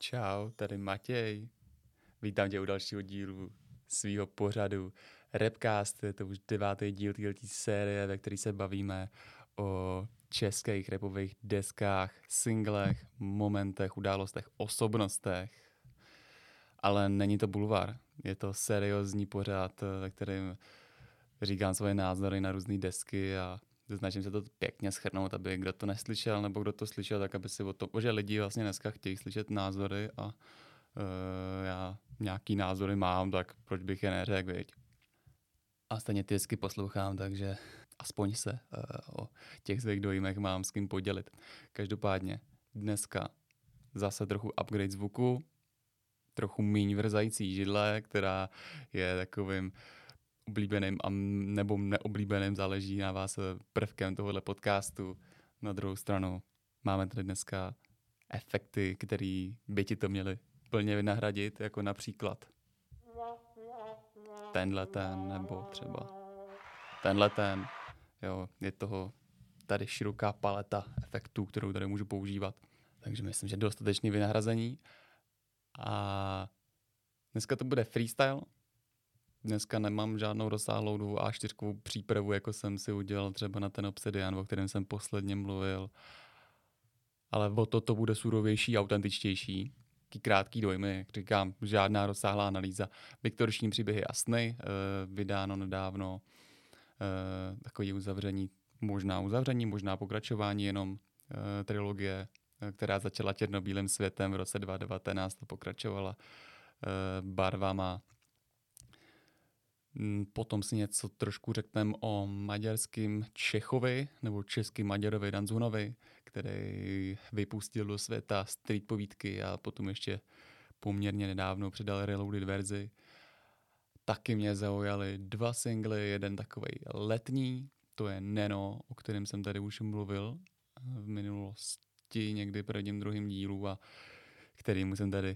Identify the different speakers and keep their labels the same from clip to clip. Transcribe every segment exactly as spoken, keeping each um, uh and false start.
Speaker 1: Čau, tady Matěj. Vítám tě u dalšího dílu svýho pořadu Rapcast. Je to už devátý díl této série, ve které se bavíme o českých rapových deskách, singlech, momentech, událostech, osobnostech. Ale není to bulvár. Je to seriózní pořad, ve kterém říkám svoje názory na různé desky a snažím se to pěkně shrnout, aby kdo to neslyšel, nebo kdo to slyšel, tak aby si o tom, že lidi vlastně dneska chtějí slyšet názory a uh, já nějaký názory mám, tak proč bych je neřekl, viď? A stejně ty desky poslouchám, takže aspoň se uh, o těch svých dojmech mám s kým podělit. Každopádně dneska zase trochu upgrade zvuku, trochu míň vrzající židle, která je takovým oblíbeným a nebo neoblíbeným, záleží na vás, prvkem tohohle podcastu. Na druhou stranu máme tady dneska efekty, které by ti to měly plně vynahradit, jako například tenhle ten, nebo třeba tenhle ten. Jo, je toho tady široká paleta efektů, kterou tady můžu používat. Takže myslím, že dostatečný vynahrazení. A dneska to bude freestyle. Dneska nemám žádnou rozsáhlou dvou á čtyři přípravu, jako jsem si udělal třeba na ten Obsidian, o kterém jsem posledně mluvil. Ale o to to bude surovější, autentičtější. Taký krátký dojmy, jak říkám, žádná rozsáhlá analýza. Viktorční příběhy a sny, e, vydáno nedávno. E, takový uzavření, možná uzavření, možná pokračování jenom e, trilogie, e, která začala černobílým světem v roce dva tisíce devatenáct a pokračovala e, barvama. Potom si něco trošku řekneme o maďarském Čechovi, nebo českým Maďarovi Danzunovi, který vypustil do světa street povídky a potom ještě poměrně nedávno přidal reloaded verzi. Taky mě zaujaly dva singly, jeden takovej letní, to je Neno, o kterém jsem tady už mluvil v minulosti, někdy v prvním, druhém dílu a kterýmu jsem tady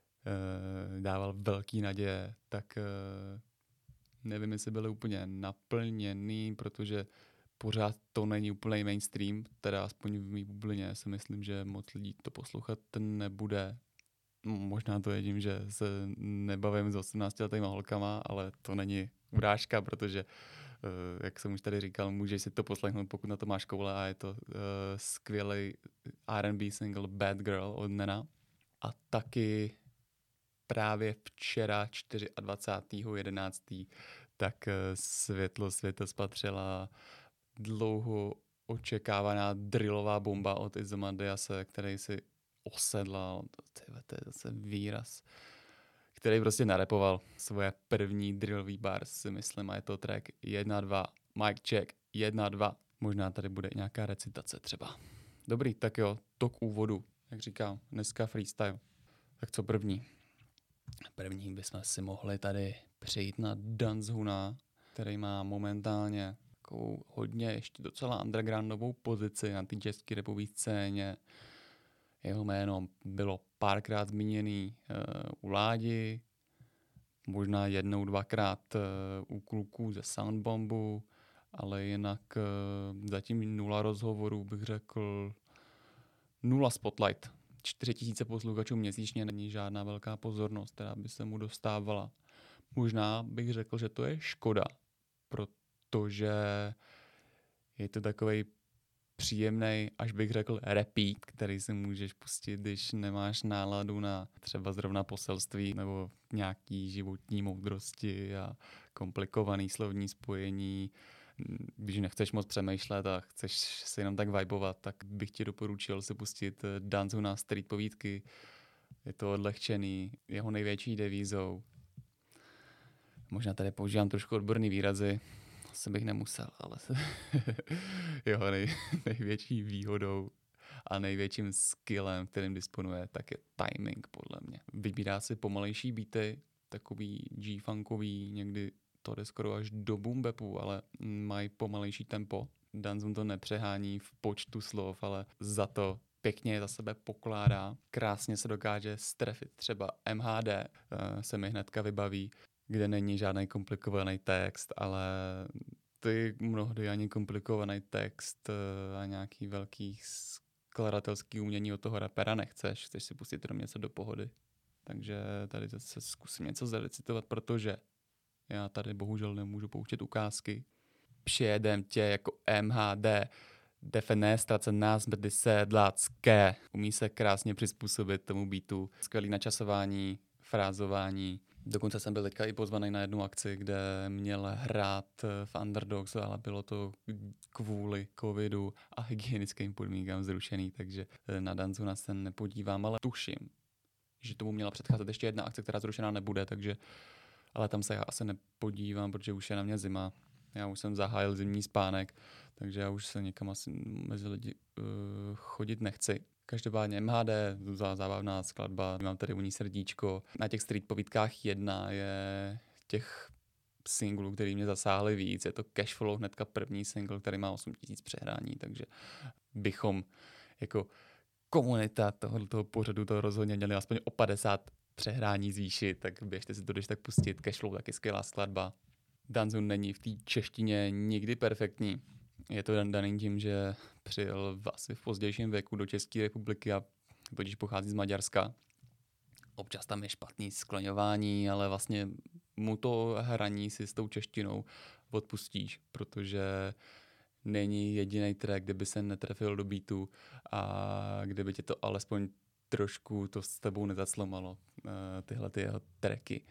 Speaker 1: uh, dával velký naděje, tak uh, nevím, jestli byly úplně naplněný, protože pořád to není úplný mainstream, teda aspoň v mý bublině si myslím, že moc lidí to poslouchat nebude. Možná to je tím, že se nebavím s osmnáctiletýma holkama, ale to není urážka, protože, jak jsem už tady říkal, můžeš si to poslechnout, pokud na to máš koule, a je to uh, skvělý R and B single Bad Girl od Nena. A taky právě včera dvacátého čtvrtého jedenáctého tak světlo světa spatřila dlouho očekávaná drillová bomba od Izomandiase, který si osedlal, to je zase výraz, který prostě narepoval svoje první drillový bars, si myslím, a je to track jedna dva, mic check, jedna dva. Možná tady bude nějaká recitace třeba. Dobrý, tak jo, to k úvodu, jak říkám, dneska freestyle. Tak co první? První bychom si mohli tady přejít na Danzhuna, který má momentálně takovou hodně ještě docela undergroundovou pozici na té české rapové scéně. Jeho jméno bylo párkrát zmíněný uh, u Ládi, možná jednou, dvakrát uh, u kluků ze Soundbombu, ale jinak uh, zatím nula rozhovorů, bych řekl, nula spotlight. čtyři tisíce posluchačů měsíčně není žádná velká pozornost, která by se mu dostávala. Možná bych řekl, že to je škoda, protože je to takovej příjemný, až bych řekl repeat, který si můžeš pustit, když nemáš náladu na třeba zrovna poselství nebo nějaký životní moudrosti a komplikovaný slovní spojení. Když nechceš moc přemýšlet a chceš si jenom tak vibovat, tak bych ti doporučil si pustit Danzuna street povídky. Je to odlehčený, jeho největší devízou. Možná tady používám trošku odborný výrazy, asi bych nemusel, ale jeho nej, největší výhodou a největším skillem, kterým disponuje, tak je timing, podle mě. Vybírá si pomalejší beaty, takový G-funkový, někdy to jde skoro až do boom bapu, ale mají pomalejší tempo. Danzun to nepřehání v počtu slov, ale za to pěkně za sebe pokládá. Krásně se dokáže strefit. Třeba M H D uh, se mi hnedka vybaví, kde není žádný komplikovaný text, ale ty mnohdy ani komplikovaný text uh, a nějaký velký skladatelský umění od toho rapera nechceš, chceš si pustit jenom něco do pohody. Takže tady zase zkusím něco zarecitovat, protože já tady bohužel nemůžu pouštět ukázky. Přijedem tě jako M H D, defenestrace nás bedy sedlácké. Umí se krásně přizpůsobit tomu beatu. Skvělý načasování, frázování. Dokonce jsem byl teďka i pozvaný na jednu akci, kde měl hrát v Underdogs, ale bylo to kvůli covidu a hygienickým podmínkám zrušený, takže na Danzuna se nepodívám, ale tuším, že tomu měla předcházet ještě jedna akce, která zrušená nebude, takže ale tam se já asi nepodívám, protože už je na mě zima. Já už jsem zahájil zimní spánek, takže já už se někam asi mezi lidi uh, chodit nechci. Každopádně M H D, zábavná skladba, mám tady u ní srdíčko. Na těch street povídkách jedna je těch singlů, který mě zasáhly víc. Je to Cashflow, hnedka první single, který má osm tisíc přehrání, takže bychom jako komunita tohoto pořadu to rozhodně měli aspoň o padesát přehrání zvýšit, tak běžte si to když tak pustit. Cashflow, taky skvělá skladba. Danzun není v té češtině nikdy perfektní. Je to daný tím, že přijel v asi v pozdějším věku do České republiky a totiž pochází z Maďarska. Občas tam je špatný skloňování, ale vlastně mu to hraní si s tou češtinou odpustíš, protože není jediný track, kde by se netrefil do beatu a kde by tě to alespoň trošku to s tebou nezaclomalo, tyhle ty jeho tracky.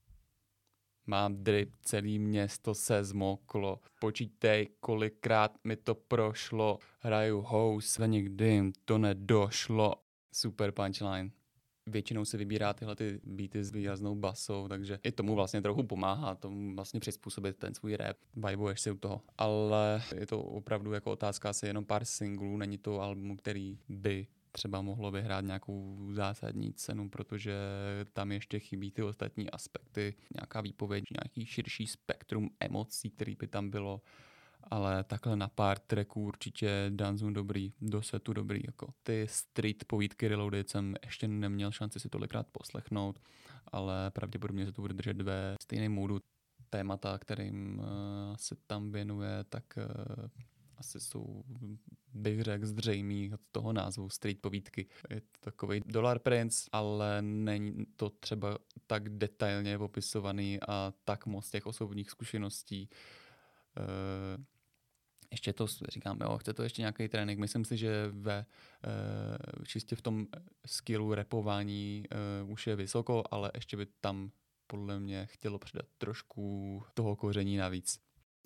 Speaker 1: Mám drip, celý město se zmoklo. Počítej, kolikrát mi to prošlo. Hraju house, nikdy jim to nedošlo. Super punchline. Většinou se vybírá tyhle ty beaty s výraznou basou, takže i tomu vlastně trochu pomáhá, tomu vlastně přizpůsobit ten svůj rap. Vibuješ si u toho. Ale je to opravdu jako otázka asi jenom pár singlů, není to album, který by třeba mohlo vyhrát nějakou zásadní cenu, protože tam ještě chybí ty ostatní aspekty, nějaká výpověď, nějaký širší spektrum emocí, který by tam bylo, ale takhle na pár tracků určitě Danzun dobrý, do setu dobrý. Jako. Ty street povídky Reloaded jsem ještě neměl šanci si tolikrát poslechnout, ale pravděpodobně se to bude držet ve stejném módu. Témata, kterým uh, se tam věnuje, tak uh, asi jsou, bych řekl, zřejmý od toho názvu street povídky. Je to takový Dollar Prince, ale není to třeba tak detailně popisovaný a tak moc těch osobních zkušeností. Uh, ještě to říkám, jo, chce to ještě nějaký trénink. Myslím si, že ve uh, čistě v tom skillu rapování uh, už je vysoko, ale ještě by tam podle mě chtělo přidat trošku toho koření navíc.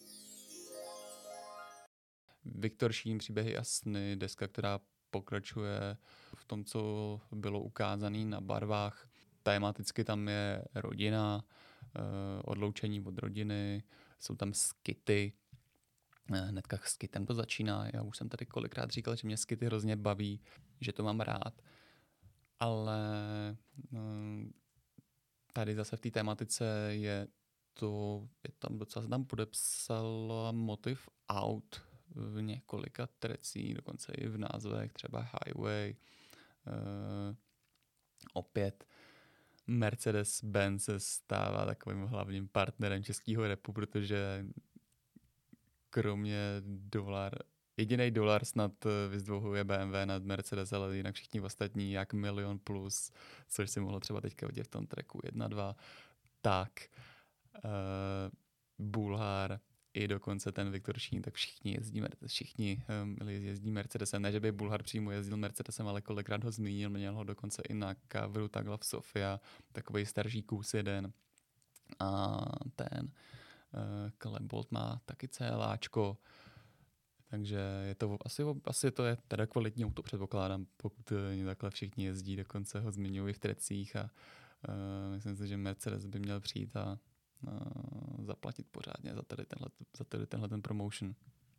Speaker 1: Viktor Šín, Příběhy a sny, deska, která pokračuje v tom, co bylo ukázané na barvách. Tématicky tam je rodina, odloučení od rodiny, jsou tam skity. Hnedka skitem to začíná. Já už jsem tady kolikrát říkal, že mě skity hrozně baví, že to mám rád. Ale tady zase v té tématice je to, je tam docela se tam podepsala motiv out v několika trecích, dokonce i v názvech, třeba Highway. Uh, opět Mercedes-Benz se stává takovým hlavním partnerem českého rapu, protože kromě dolar, jedinej dolar snad vyzdvohuje B M W nad Mercedes, ale jinak všichni ostatní jak Milion Plus, což si mohlo třeba teďka vidět v tom tracku jedna dva, tak uh, Bulhár, i dokonce ten Viktor Šín, tak všichni jezdí, všichni um, jezdí Mercedesem. Ne, že by Bulhar přímo jezdil Mercedesem, ale kolikrát ho zmínil, měl ho dokonce i na coveru takhle v Sofia, takovej starší kus jeden. A ten uh, Klebold má taky CLáčko, takže je to asi, asi to je teda kvalitní auto, předpokládám, pokud uh, takhle všichni jezdí, dokonce ho zmiňují v trecích a uh, myslím si, že Mercedes by měl přijít a Uh, zaplatit pořádně za tady tenhle, za tady tenhle ten promotion.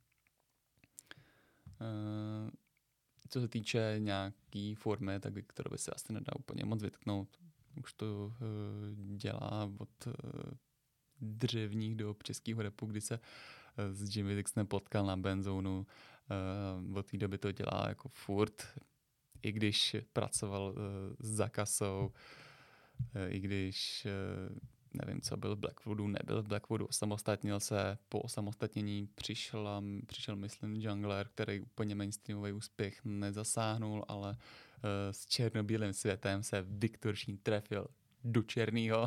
Speaker 1: Uh, co se týče nějaký formy, tak Viktorovi se asi nedá úplně moc vytknout. Už to uh, dělá od uh, dřevních dob českého rapu, kdy se uh, s Jimmy Dixonem potkal na Benzónu. Uh, od té doby to dělá jako furt, i když pracoval uh, s Zakasou, uh, i když uh, nevím, co byl v Blackwoodu, nebyl v Blackwoodu, osamostatnil se, po osamostatnění přišel, přišel myslím, Jungler, který úplně mainstreamový úspěch nezasáhnul, ale uh, s černobílým světem se Viktor Šín trefil do černýho.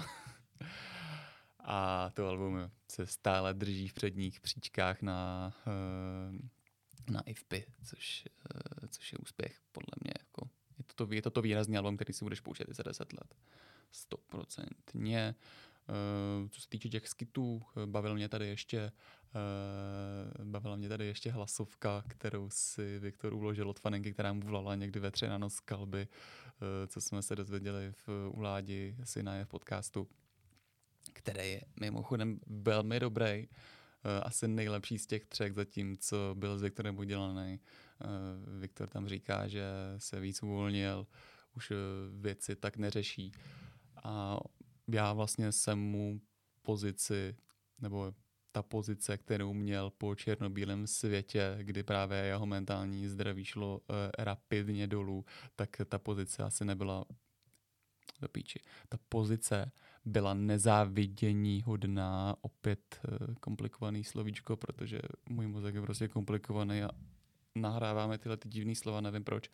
Speaker 1: A to album se stále drží v předních příčkách na, uh, na I F P I, což, uh, což je úspěch podle mě. Jako, je, to to, je to to výrazný album, který si budeš pouštět i za deset let. Stoprocentně. Uh, co se týče těch skitů, bavil mě tady ještě uh, bavila mě tady ještě hlasovka, kterou si Viktor uložil od faninky, která mu volala někdy ve tři na noc z kalby, uh, co jsme se dozvěděli v Uládi, syna v podcastu, který je mimochodem velmi dobrý, uh, asi nejlepší z těch třech zatím, co byl s Viktorem udělaný. Uh, Viktor tam říká, že se víc uvolnil, už uh, věci tak neřeší. A já vlastně jsem mu pozici, nebo ta pozice, kterou měl po černobílém světě, kdy právě jeho mentální zdraví šlo uh, rapidně dolů, tak ta pozice asi nebyla do píči. Ta pozice byla nezáviděníhodná, opět uh, komplikovaný slovíčko, protože můj mozek je prostě komplikovaný a nahráváme tyhle ty divný slova, nevím proč.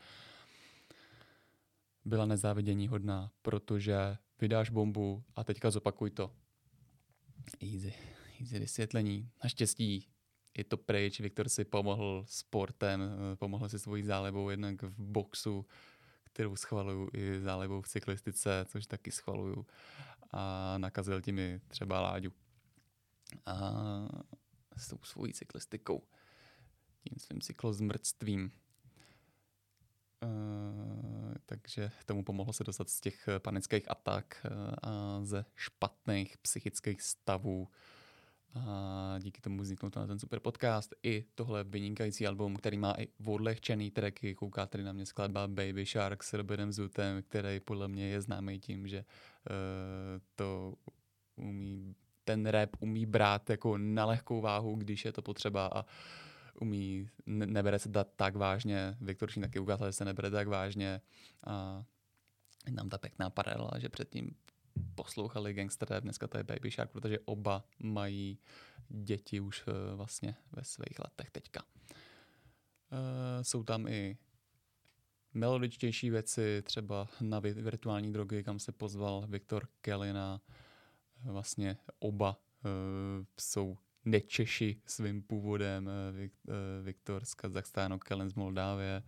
Speaker 1: Byla nezáviděníhodná, protože vydáš bombu a teďka zopakuj to. Easy, easy vysvětlení. Naštěstí je to pryč, Viktor si pomohl sportem, pomohl si svojí zálibou jednak v boxu, kterou schvaluju, i zálibou v cyklistice, což taky schvaluju. A nakazil tím i třeba Láďu. A s tou svojí cyklistikou. Tím svým cyklozmrtstvím. Uh, takže tomu pomohlo se dostat z těch panických atak uh, a ze špatných psychických stavů. A díky tomu vzniknul ten super podcast i tohle vynikající album, který má i odlehčený tracky. Kouká tady na mě skladba Baby Shark s Robertem Zutem, který podle mě je známý tím, že uh, to umí, ten rap umí brát jako na lehkou váhu, když je to potřeba a umí, ne, nebere se tak vážně. Viktor Šín taky ukázal, že se nebere tak vážně. A je tam ta pěkná paralela, že předtím poslouchali Gangster Rap, dneska to je Baby Shark, protože oba mají děti už vlastně ve svých letech teďka. E, jsou tam i melodičtější věci, třeba na virtuální drogy, kam se pozval Viktor Kellina. Vlastně oba e, jsou Nečeši svým původem, Viktor z Kazachstánu, Kellen z Moldávie.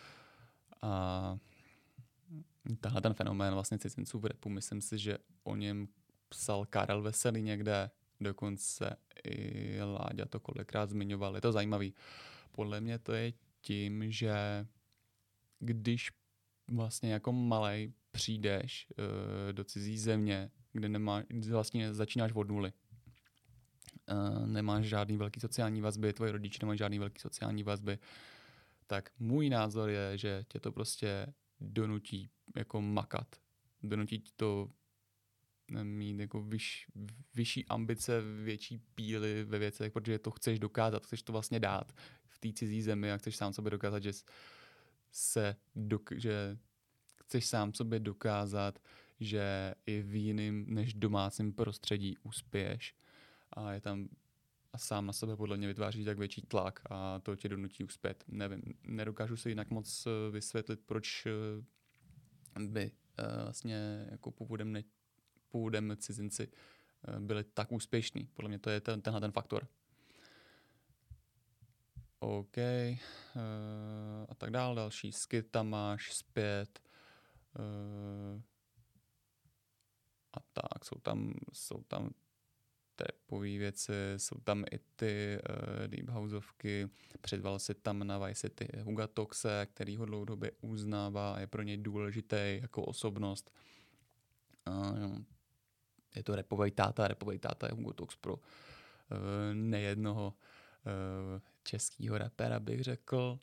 Speaker 1: A tahle ten fenomén vlastně cizinců v rapu, myslím si, že o něm psal Karel Veselý někde, dokonce i Láďa to kolikrát zmiňoval. Je to zajímavý. Podle mě to je tím, že když vlastně jako malej přijdeš uh, do cizí země, kde nemá, vlastně začínáš od nuly. Uh, nemáš žádný velký sociální vazby, tvoji rodiče nemají žádný velký sociální vazby, tak můj názor je, že tě to prostě donutí jako makat. Donutí tě to mít jako vyš, vyšší ambice, větší píly ve věcech, protože to chceš dokázat, chceš to vlastně dát v té cizí zemi a chceš sám sobě dokázat, že se dok- že chceš sám sobě dokázat, že i v jiném než domácím prostředí uspěješ. A je tam a sám na sebe podle mě vytváří tak větší tlak a to tě donutí uspět. Nevím, nedokážu si jinak moc vysvětlit, proč by vlastně jako původem, ne, původem cizinci byli tak úspěšní. Podle mě to je ten, tenhle ten faktor. OK. A tak dál. Další skit tam máš zpět. A tak, jsou tam, jsou tam trapové věci, jsou tam i ty uh, deep houseovky, předval si tam na Vice City Huga Toxe, který ho dlouhodobě uznává a je pro něj důležitý jako osobnost. Uh, je to rapovej táta, rapovej táta je Hugo Tox pro uh, nejednoho uh, českýho rapera, bych řekl.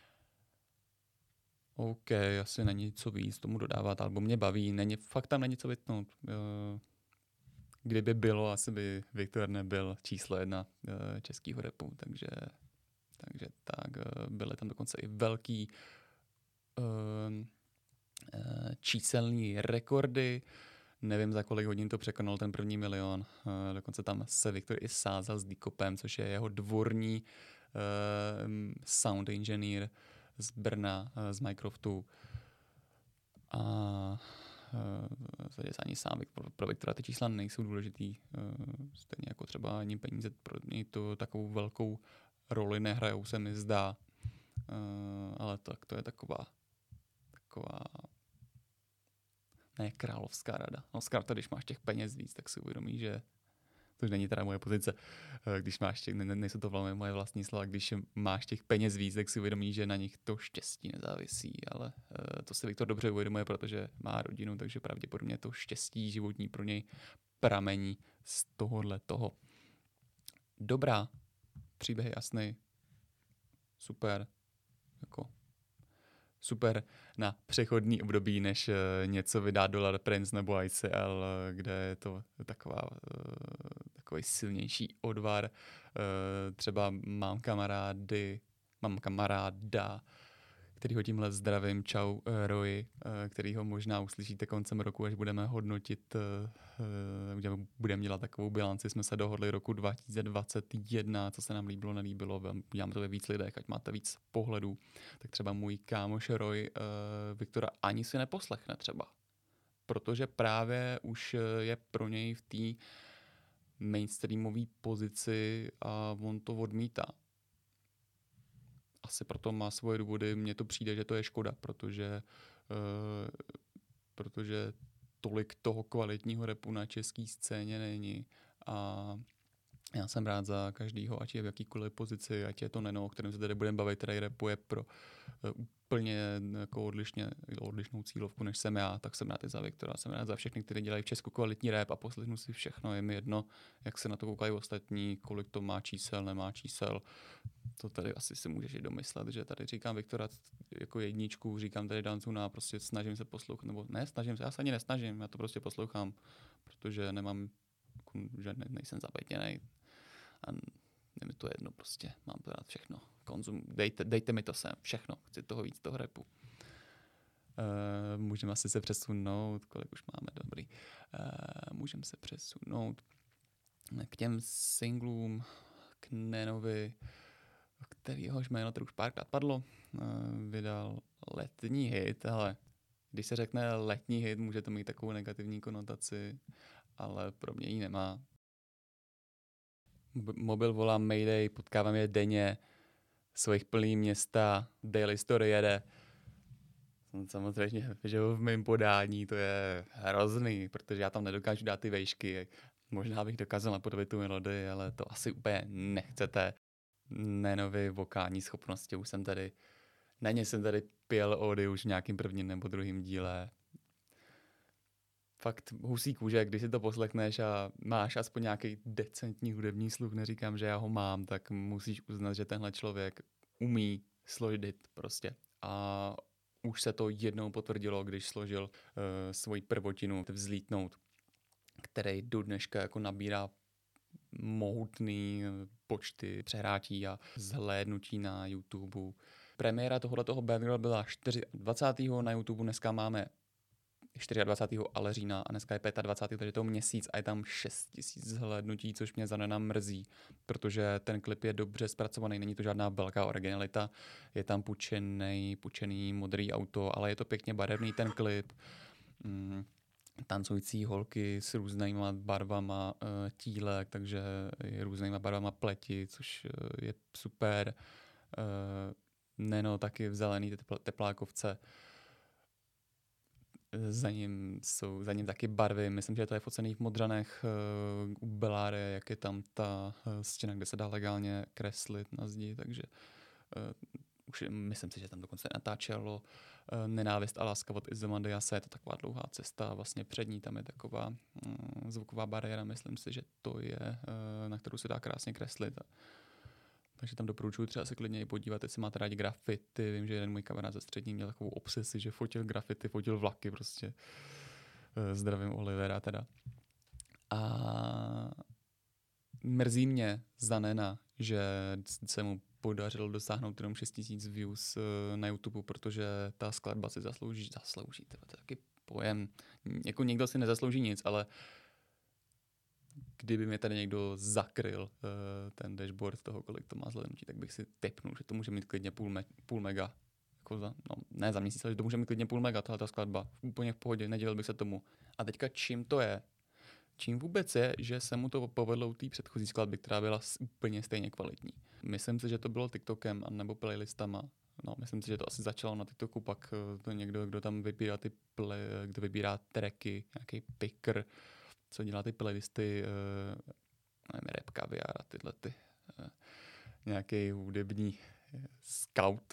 Speaker 1: OK, asi není co víc tomu dodávat, album mě baví, není, fakt tam není co vytnout. Uh, Kdyby bylo, asi by Viktor nebyl číslo jedna uh, českýho rapu, takže, takže tak, uh, byly tam dokonce i velký uh, uh, číselní rekordy. Nevím, za kolik hodin to překonal ten první milion. Uh, dokonce tam se Viktor i sázal s Díkopem, což je jeho dvorní uh, sound engineer z Brna, uh, z Minecraftu. A uh, ani sám pro, pro Viktora ty čísla nejsou důležitý. Uh, stejně jako třeba ani peníze pro něj to takovou velkou roli nehrajou, se mi zdá. Uh, ale tak to je taková taková ne královská rada. No zkrátka, když máš těch peněz víc, tak si uvědomí, že to už není teda moje pozice. Když máš těch, ne, nejsou to vlastně moje vlastní slova, když máš těch peněz víc, tak si uvědomí, že na nich to štěstí nezávisí, ale uh, to si Viktor dobře uvědomuje, protože má rodinu, takže pravděpodobně to štěstí životní pro něj pramení z tohohle toho. Dobrá, příběh je jasný, super, jako super na přechodný období, než uh, něco vydá Dollar Prince nebo I C L, uh, kde je to taková, uh, takový silnější odvar. Uh, třeba mám kamarády, mám kamaráda, kterýho tímhle zdravím, čau uh, Roy, uh, kterýho možná uslyšíte koncem roku, až budeme hodnotit, uh, uh, budeme dělat takovou bilanci, jsme se dohodli roku dva tisíce dvacet jedna, co se nám líbilo, nelíbilo, děláme to ve víc lidech, ať máte víc pohledů, tak třeba můj kámoš Roy uh, Viktora ani si neposlechne třeba, protože právě už je pro něj v té mainstreamové pozici a on to odmítá. Asi proto má svoje důvody, mně to přijde, že to je škoda, protože, uh, protože tolik toho kvalitního rapu na české scéně není a já jsem rád za každýho, ať je v jakýkoliv pozici, ať je to Neno, o kterém se tady budeme bavit, který rapuje pro uh, úplně jako odlišně, odlišnou cílovku, než jsem já, tak jsem rád i za Viktora, jsem rád za všechny, kteří dělají v Česku kvalitní rap a poslechnu si všechno, je mi jedno, jak se na to koukají ostatní, kolik to má čísel, nemá čísel. To tady asi si můžeš i domyslet, že tady říkám Viktora jako jedničku, říkám tady Danzuna a prostě snažím se poslouchat, nebo ne, snažím se, já se ani nesnažím, já to prostě poslouchám, protože nemám, že ne, nejsem zabejtěnej a je mi to jedno prostě, mám to rád všechno, konzum, dejte, dejte mi to sem, všechno, chci toho víc, toho rapu. Uh, můžeme asi se přesunout, kolik už máme, dobrý, uh, můžeme se přesunout k těm singlům, k Nenovi, kterýhož jméno tady už párkrát padlo, uh, vydal letní hit, ale když se řekne letní hit, může to mít takovou negativní konotaci, ale pro mě ji nemá. B- mobil volá Mayday, potkávám je denně, svých plný města, Daily Story jede. Samozřejmě, že v mém podání to je hrozný, protože já tam nedokážu dát ty vejšky. Možná bych dokázal napodobit tu melodii, ale to asi úplně nechcete. Nenovi vokální schopnosti, už jsem tady, na ně jsem tady pěl ódy už v nějakým prvním nebo druhým díle. Fakt husí kůže, když si to poslechneš a máš aspoň nějaký decentní hudební sluch, neříkám, že já ho mám, tak musíš uznat, že tenhle člověk umí složit prostě. A už se to jednou potvrdilo, když složil uh, svoji prvotinu Vzlítnout, který do dneška jako nabírá mohutný počty přehrátí a zhlédnutí na YouTube. Premiéra tohoto Bad Girl byla dvacátého čtvrtého na YouTube, dneska máme dvacátého čtvrtého ale října a dneska je dvacátého pátého takže to měsíc a je tam šest tisíc zhlédnutí, což mě za Nena mrzí, protože ten klip je dobře zpracovaný, není to žádná velká originalita, je tam pučený, pučený modrý auto, ale je to pěkně barevný ten klip. Mm. Tancující holky s různýma barvama uh, tílek, takže je různýma barvama pleti, což uh, je super. Uh, Neno taky v zelený tepl- teplákovce. Za ním jsou za ním taky barvy, myslím, že to je focený v Modřanech uh, u Beláry, jak je tam ta uh, stěna, kde se dá legálně kreslit na zdi, takže uh, už myslím si, že tam dokonce natáčelo uh, Nenávist a láska od Izomandiase, je to taková dlouhá cesta, vlastně před ní tam je taková uh, zvuková bariéra, myslím si, že to je, uh, na kterou se dá krásně kreslit. Takže tam doporučuji třeba se klidně i podívat, jestli máte rádi grafity. Vím, že jeden můj kamarád ze střední měl takovou obsesi, že fotil grafity, fotil vlaky prostě. Zdravím Olivera teda. A mrzí mě za Nena, že se mu podařilo dosáhnout jenom šest tisíc views na YouTube, protože ta skladba si zaslouží, zaslouží, to je taky pojem, jako někdo si nezaslouží nic, ale kdyby mi tady někdo zakryl uh, ten dashboard toho, kolik to má zhlédnutí, tak bych si tipnul, že to může mít klidně půl, me- půl mega. Jako za, no, ne za měsíc, ale že to může mít klidně půl mega, tahle ta skladba. Úplně v pohodě, nedělal bych se tomu. A teďka čím to je? Čím vůbec je, že se mu to povedlo u té předchozí skladby, která byla úplně stejně kvalitní. Myslím si, že to bylo TikTokem nebo playlistama. No, myslím si, že to asi začalo na TikToku, pak to někdo, kdo tam vybírá ty play, kdo vybírá tracky, nějaký picker, co dělá ty playlisty, uh, nevím, rap kaviár a tyhle ty, uh, nějaký hudební scout.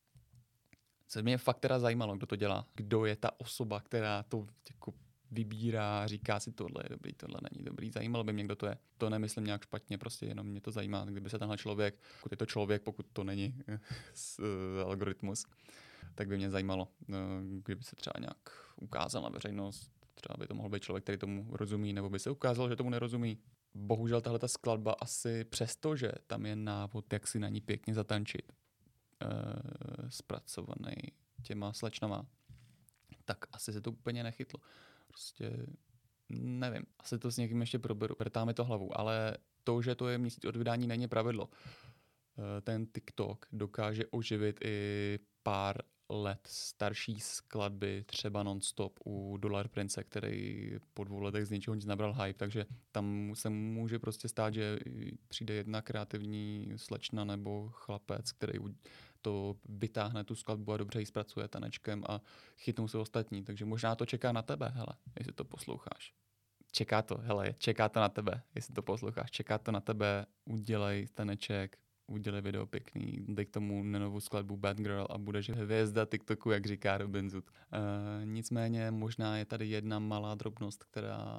Speaker 1: Co mě fakt teda zajímalo, kdo to dělá, kdo je ta osoba, která to jako vybírá, říká si tohle je dobrý, tohle není dobrý. Zajímalo by mě, kdo to je. To nemyslím nějak špatně, prostě jenom mě to zajímá, kdyby se tenhle člověk, pokud je to člověk, pokud to není algoritmus, tak by mě zajímalo, kdyby se třeba nějak ukázal na veřejnost, třeba by to mohl být člověk, který tomu rozumí, nebo by se ukázal, že tomu nerozumí. Bohužel tahle ta skladba asi přesto, že tam je návod, jak si na ní pěkně zatančit, uh, zpracovaný těma slečnama, tak asi se to úplně nechytlo. Prostě nevím, asi to s někým ještě proberu, vrtá mi to hlavu, ale to, že to je měsíc od vydání, není pravidlo. Ten TikTok dokáže oživit i pár let starší skladby, třeba Non-Stop u Dollar Prince, který po dvou letech z ničeho nic nabral hype, takže tam se může prostě stát, že přijde jedna kreativní slečna nebo chlapec, který to vytáhne tu skladbu a dobře ji zpracuje tanečkem a chytnou se ostatní, takže možná to čeká na tebe, hele, jestli to posloucháš. Čeká to, hele, čeká to na tebe, jestli to posloucháš, čeká to na tebe, udělej taneček, udělej video pěkný, dej k tomu nenovou skladbu Bad Girl a budeš hvězda TikToku, jak říká Robin Hood. Uh, nicméně možná je tady jedna malá drobnost, která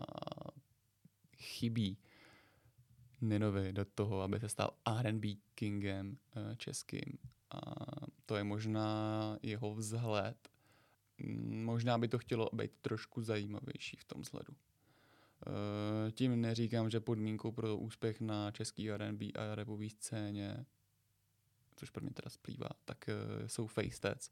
Speaker 1: chybí Ninovi do toho, aby se stal R and B kingem uh, českým. A to je možná jeho vzhled. Možná by to chtělo být trošku zajímavější v tom vzhledu. Uh, tím neříkám, že podmínkou pro úspěch na český R and B a rapové scéně, což pro mě teda splývá, tak uh, jsou face tats.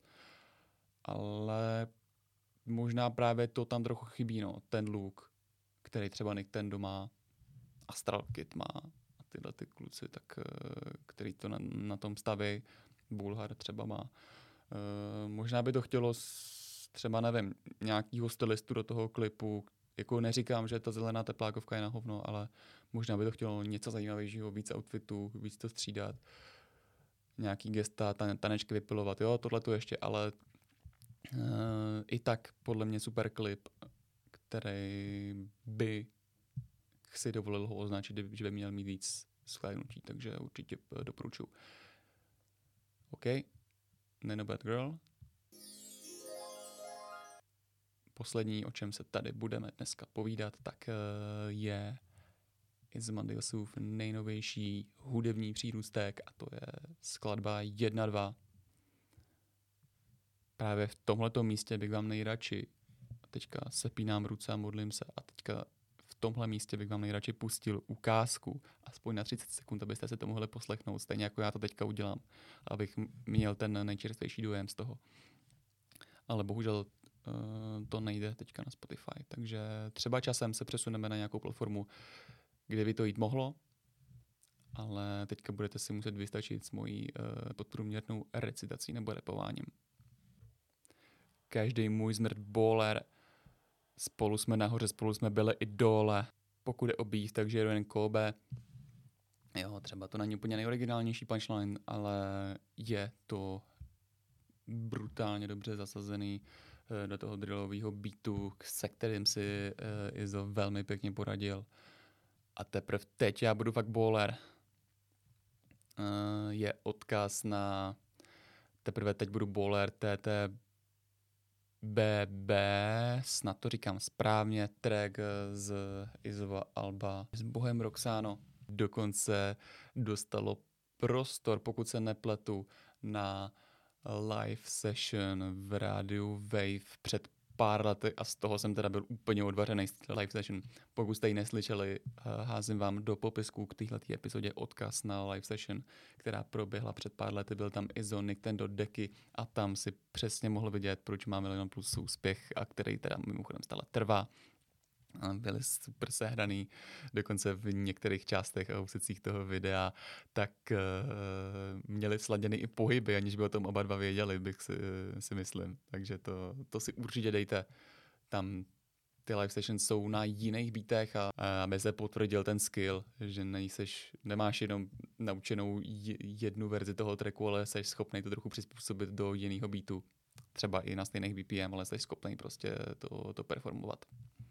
Speaker 1: Ale možná právě to tam trochu chybí, no, ten look, který třeba Nick Tendo má, Astral Kid má a tyhle ty kluci, tak, uh, který to na, na tom staví, Bulhar třeba má. Uh, možná by to chtělo s, třeba, nevím, nějakýho stylistu do toho klipu. Jako neříkám, že ta zelená teplákovka je na hovno, ale možná by to chtělo něco zajímavějšího, víc outfitů, víc to střídat, nějaký gesta, tanečky vypilovat, jo, tohle to ještě, ale uh, i tak podle mě super klip, který by si dovolil ho označit, že by měl mít víc shlédnutí, takže určitě doporučuji. OK, Nino Bad Girl. Poslední, o čem se tady budeme dneska povídat, tak je Ozymandiasův nejnovější hudební přírůstek a to je skladba jedna dva. Právě v tomhletom místě bych vám nejradši, teďka sepínám ruce a modlím se, a teďka v tomhle místě bych vám nejradši pustil ukázku, aspoň na třicet sekund, abyste se to mohli poslechnout, stejně jako já to teďka udělám, abych měl ten nejčerstvější dojem z toho. Ale bohužel to nejde teďka na Spotify, takže třeba časem se přesuneme na nějakou platformu, kde by to jít mohlo, ale teďka budete si muset vystačit s mojí uh, podprůměrnou recitací nebo repováním. Každý můj zmrt bowler, spolu jsme nahoře, spolu jsme byli i dole, pokud je o beef, takže jedu jen Kobe. Jo, třeba to není úplně nejoriginálnější punchline, ale je to brutálně dobře zasazený do toho drillového beatu, se kterým si uh, Izzo velmi pěkně poradil. A teprve teď já budu fakt bowler. Uh, je odkaz na teprve teď budu bowler T T B B, snad to říkám správně, track z Izzova alba s Bohem Roxano. Dokonce dostalo prostor, pokud se nepletu, na live session v rádiu Wave před pár letech a z toho jsem teda byl úplně odvařený z live session. Pokud jste ji neslyšeli, házím vám do popisku k téhletý epizodě odkaz na live session, která proběhla před pár lety. Byl tam Izo, Nintendo Deky a tam si přesně mohl vidět, proč má Milion Plus úspěch a který teda mimochodem stále trvá. Byli super sehraný, dokonce v některých částech a úsecích toho videa, tak uh, měli sladěny i pohyby, aniž by o tom oba dva věděli, bych si, si myslím. Takže to, to si určitě dejte. Tam ty live sessions jsou na jiných beatech a aby se potvrdil ten skill, že nejseš, nemáš jenom naučenou jednu verzi toho tracku, ale jsi schopný to trochu přizpůsobit do jiného beatu. Třeba i na stejných B P M, ale jsi schopný prostě to, to performovat.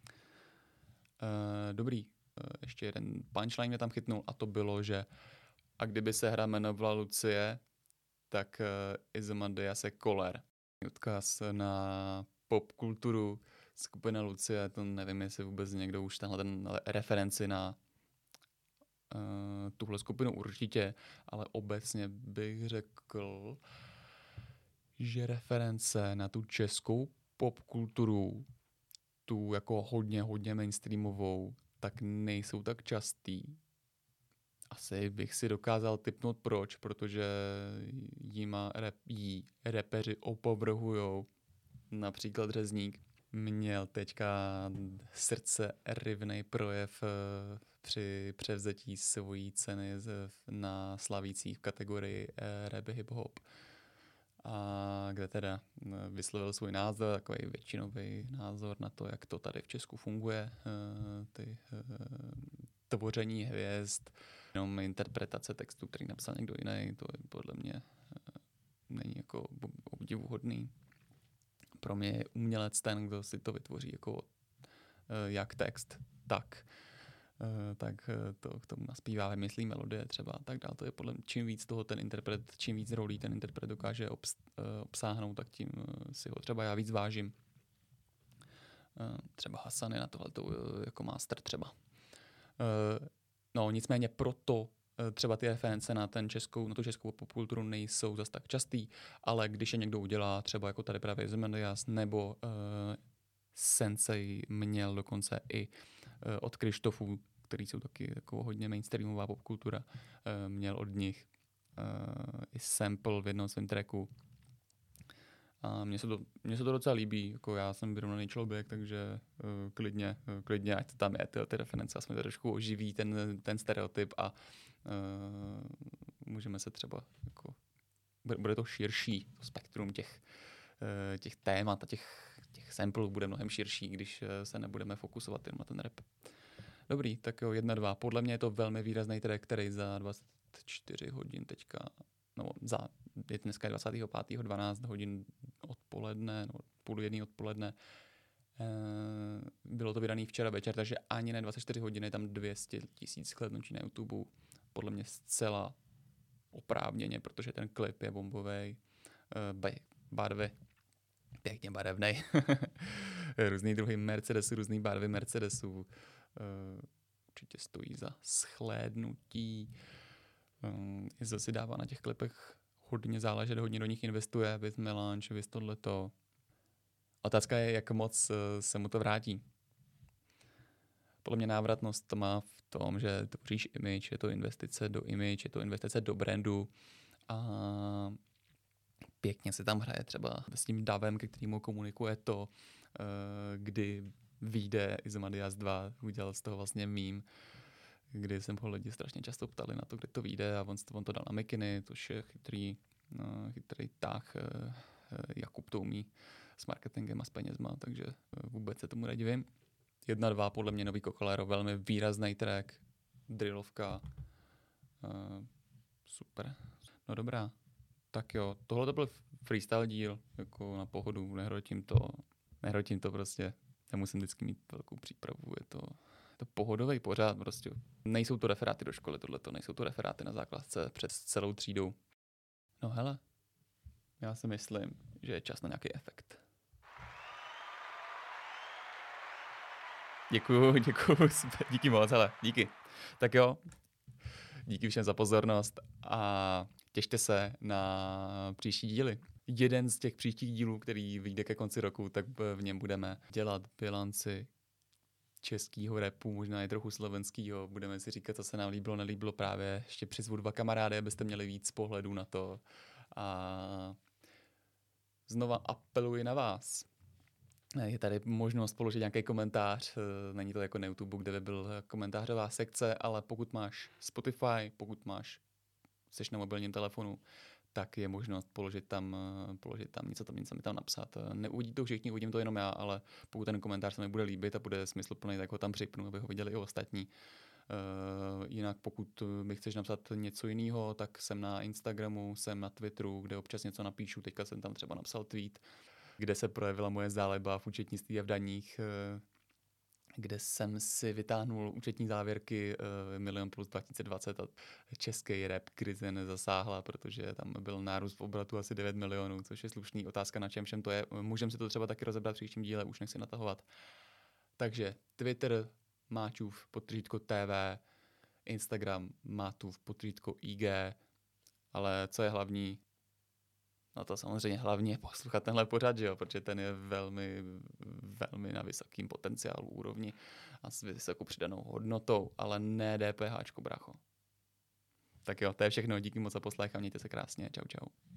Speaker 1: Uh, dobrý, uh, ještě jeden punchline mě tam chytnul a to bylo, že a kdyby se hra jmenovala Lucie, tak uh, Izomandias je Koller. Odkaz na popkulturu skupina Lucie, to nevím, jestli vůbec někdo už tenhle ten referenci na uh, tuhle skupinu určitě, ale obecně bych řekl, že reference na tu českou popkulturu, tu jako hodně, hodně mainstreamovou, tak nejsou tak častý. Asi bych si dokázal tipnout proč, protože jíma rap, jí repeři opovrhujou. Například Řezník měl teďka srdce rivnej projev při převzetí svojí ceny na Slavících v kategorii rap hip-hop. A kde teda vyslovil svůj názor, takový většinový názor na to, jak to tady v Česku funguje, ty tvoření hvězd, jenom interpretace textu, který napsal někdo jiný, to je podle mě není jako obdivuhodný. Pro mě je umělec ten, kdo si to vytvoří jako jak text, tak tak to k tomu naspívá, vymyslí melodie třeba tak dál. To je podle mě, čím víc toho ten interpret, čím víc rolí ten interpret dokáže obs, obsáhnout, tak tím si ho třeba já víc vážím. Třeba Hasan je na tohle jako master třeba. No nicméně proto třeba ty reference na, ten českou, na tu českou popkulturu nejsou zas tak častý, ale když je někdo udělá, třeba jako tady právě Izomandias nebo uh, Sensei měl dokonce i uh, od Krištofů, který jsou taky jako hodně mainstreamová popkultura, uh, měl od nich uh, i sample v jednom svém tracku. A mně se to, mně se to docela líbí, jako já jsem vyrovnaný člověk, takže uh, klidně, uh, klidně, ať to tam je, ty, ty reference, aspoň to trošku oživí ten, ten stereotyp a uh, můžeme se třeba, jako, bude to širší, to spektrum těch, uh, těch témat a těch, těch samplů bude mnohem širší, když uh, se nebudeme fokusovat jen na ten rap. Dobrý, tak jo, jedna, dva. Podle mě je to velmi výrazný track, který za dvacet čtyři hodin teďka, no za, je dneska dvacátého pátého dvanáct hodin odpoledne, no půl jedný odpoledne. E, bylo to vydaný včera večer, takže ani ne dvacet čtyři hodiny, tam dvě stě tisíc shlédnutí na YouTube. Podle mě zcela oprávněně, protože ten klip je bombovej, e, barvy, pěkně barevnej. Různý druhy Mercedesů, různý barvy Mercedesů. E, určitě stojí za shlédnutí. Um, Izo si dává na těch klipech hodně záležet, hodně do nich investuje, viz Melange, viz tohleto. Otázka je, jak moc uh, se mu to vrátí. Podle mě návratnost to má v tom, že tvoříš image, je to investice do image, je to investice do brandu a pěkně se tam hraje třeba s tím davem, ke kterému komunikuje to, uh, kdy vyjde Izomandias dva, udělal z toho vlastně meme, kdy jsem ho lidi strašně často ptali na to, kde to vyjde a on, on to dal na mikiny, což je chytrý, no, chytrý tah, Jakub to umí s marketingem a s penězma, takže vůbec se tomu nedivím. Jedna, dva, podle mě Nový Cocalero, velmi výrazný track, drillovka, uh, super. No dobrá, tak jo, tohle to byl freestyle díl, jako na pohodu, nehrotím to, nehrotím to prostě, nemusím vždycky mít velkou přípravu, je to... to pohodový pořád prostě. Nejsou to referáty do školy, tohleto, nejsou to referáty na základce před celou třídou. No hele, já si myslím, že je čas na nějaký efekt. Děkuju, děkuju, díky moc, hele, díky. Tak jo, díky všem za pozornost a těšte se na příští díly. jeden z těch příštích dílů, který vyjde ke konci roku, tak v něm budeme dělat bilanci českýho rapu, možná i trochu slovenskýho. Budeme si říkat, co se nám líbilo, nelíbilo právě. Ještě přizvu dva kamarády, abyste měli víc pohledů na to. A znova apeluji na vás. Je tady možnost položit nějaký komentář, není to jako na YouTube, kde by byl komentářová sekce, ale pokud máš Spotify, pokud máš, jsi na mobilním telefonu, tak je možnost položit tam, položit tam něco tam, něco mi tam napsat. Neuvidí to všichni, uvidím to jenom já, ale pokud ten komentář se mi bude líbit a bude smysluplný, tak ho tam připnu, aby ho viděli i ostatní. Uh, jinak pokud mi chceš napsat něco jiného, tak jsem na Instagramu, jsem na Twitteru, kde občas něco napíšu. Teďka jsem tam třeba napsal tweet, kde se projevila moje záleba v účetnictví a v daních, uh, kde jsem si vytáhnul účetní závěrky uh, Milion plus dva tisíce dvacet a český rap krize nezasáhla, protože tam byl nárůst v obratu asi devět milionů, což je slušný. Otázka, na čem všem to je. Můžeme si to třeba taky rozebrat v příštím díle, už nechci natahovat. Takže Twitter Máčův podtržítko T V, Instagram Mátův podtržítko I G, ale co je hlavní, no to samozřejmě hlavně poslouchat tenhle pořad, že jo, protože ten je velmi, velmi na vysokým potenciálu úrovni a s vysokou přidanou hodnotou, ale ne DPHčko, bracho. Tak jo, to je všechno, díky moc za poslech a mějte se krásně, čau čau.